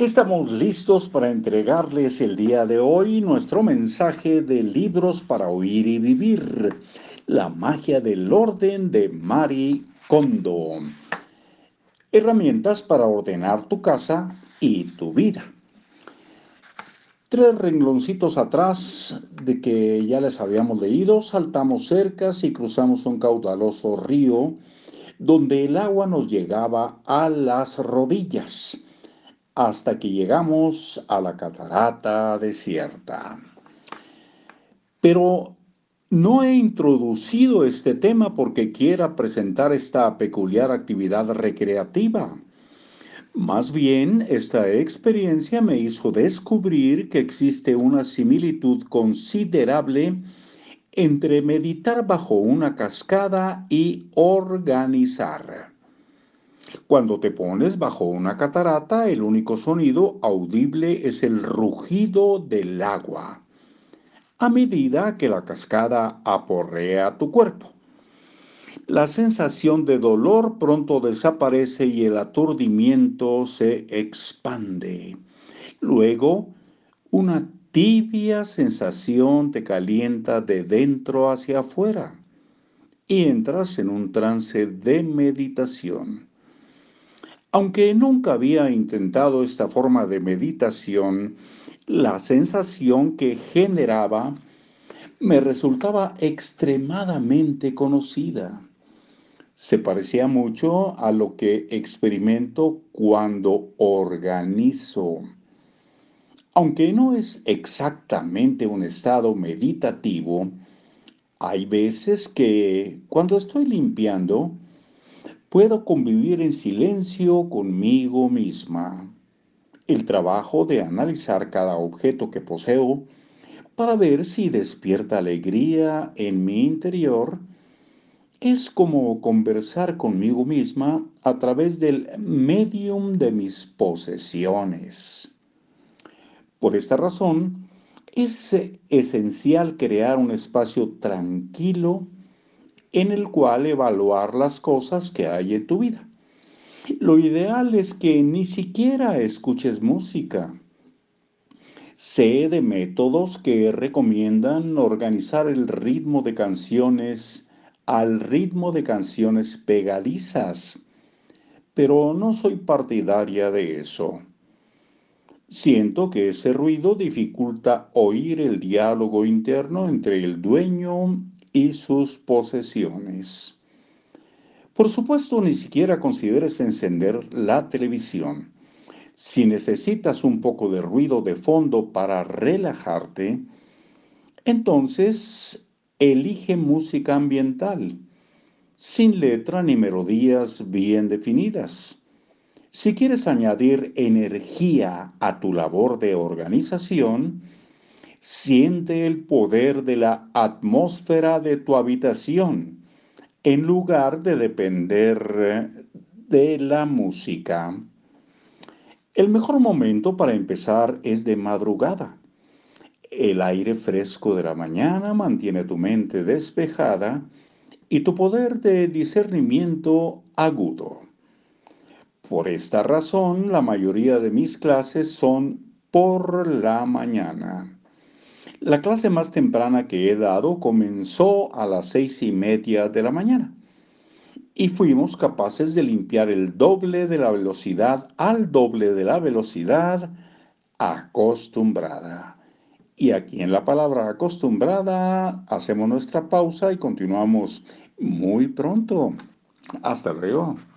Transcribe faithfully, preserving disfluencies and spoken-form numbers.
Estamos listos para entregarles el día de hoy nuestro mensaje de libros para oír y vivir. La magia del orden de Marie Kondo. Herramientas para ordenar tu casa y tu vida. Tres rengloncitos atrás de que ya les habíamos leído, saltamos cercas y cruzamos un caudaloso río donde el agua nos llegaba a las rodillas, hasta que llegamos a la catarata desierta. Pero no he introducido este tema porque quiera presentar esta peculiar actividad recreativa. Más bien, esta experiencia me hizo descubrir que existe una similitud considerable entre meditar bajo una cascada y organizar. Cuando te pones bajo una catarata, el único sonido audible es el rugido del agua, a medida que la cascada aporrea tu cuerpo. La sensación de dolor pronto desaparece y el aturdimiento se expande. Luego, una tibia sensación te calienta de dentro hacia afuera y entras en un trance de meditación. Aunque nunca había intentado esta forma de meditación, la sensación que generaba me resultaba extremadamente conocida. Se parecía mucho a lo que experimento cuando organizo. Aunque no es exactamente un estado meditativo, hay veces que cuando estoy limpiando, puedo convivir en silencio conmigo misma. El trabajo de analizar cada objeto que poseo para ver si despierta alegría en mi interior es como conversar conmigo misma a través del medium de mis posesiones. Por esta razón, es esencial crear un espacio tranquilo en el cual evaluar las cosas que hay en tu vida. Lo ideal es que ni siquiera escuches música. Sé de métodos que recomiendan organizar el ritmo de canciones al ritmo de canciones pegadizas, pero no soy partidaria de eso. Siento que ese ruido dificulta oír el diálogo interno entre el dueño y sus posesiones. Por supuesto, ni siquiera consideres encender la televisión. Si necesitas un poco de ruido de fondo para relajarte, entonces elige música ambiental, sin letra ni melodías bien definidas. Si quieres añadir energía a tu labor de organización, siente el poder de la atmósfera de tu habitación, en lugar de depender de la música. El mejor momento para empezar es de madrugada. El aire fresco de la mañana mantiene tu mente despejada y tu poder de discernimiento agudo. Por esta razón, la mayoría de mis clases son por la mañana. La clase más temprana que he dado comenzó a las seis y media de la mañana y fuimos capaces de limpiar el doble de la velocidad al doble de la velocidad acostumbrada. Y aquí en la palabra acostumbrada hacemos nuestra pausa y continuamos muy pronto. Hasta luego.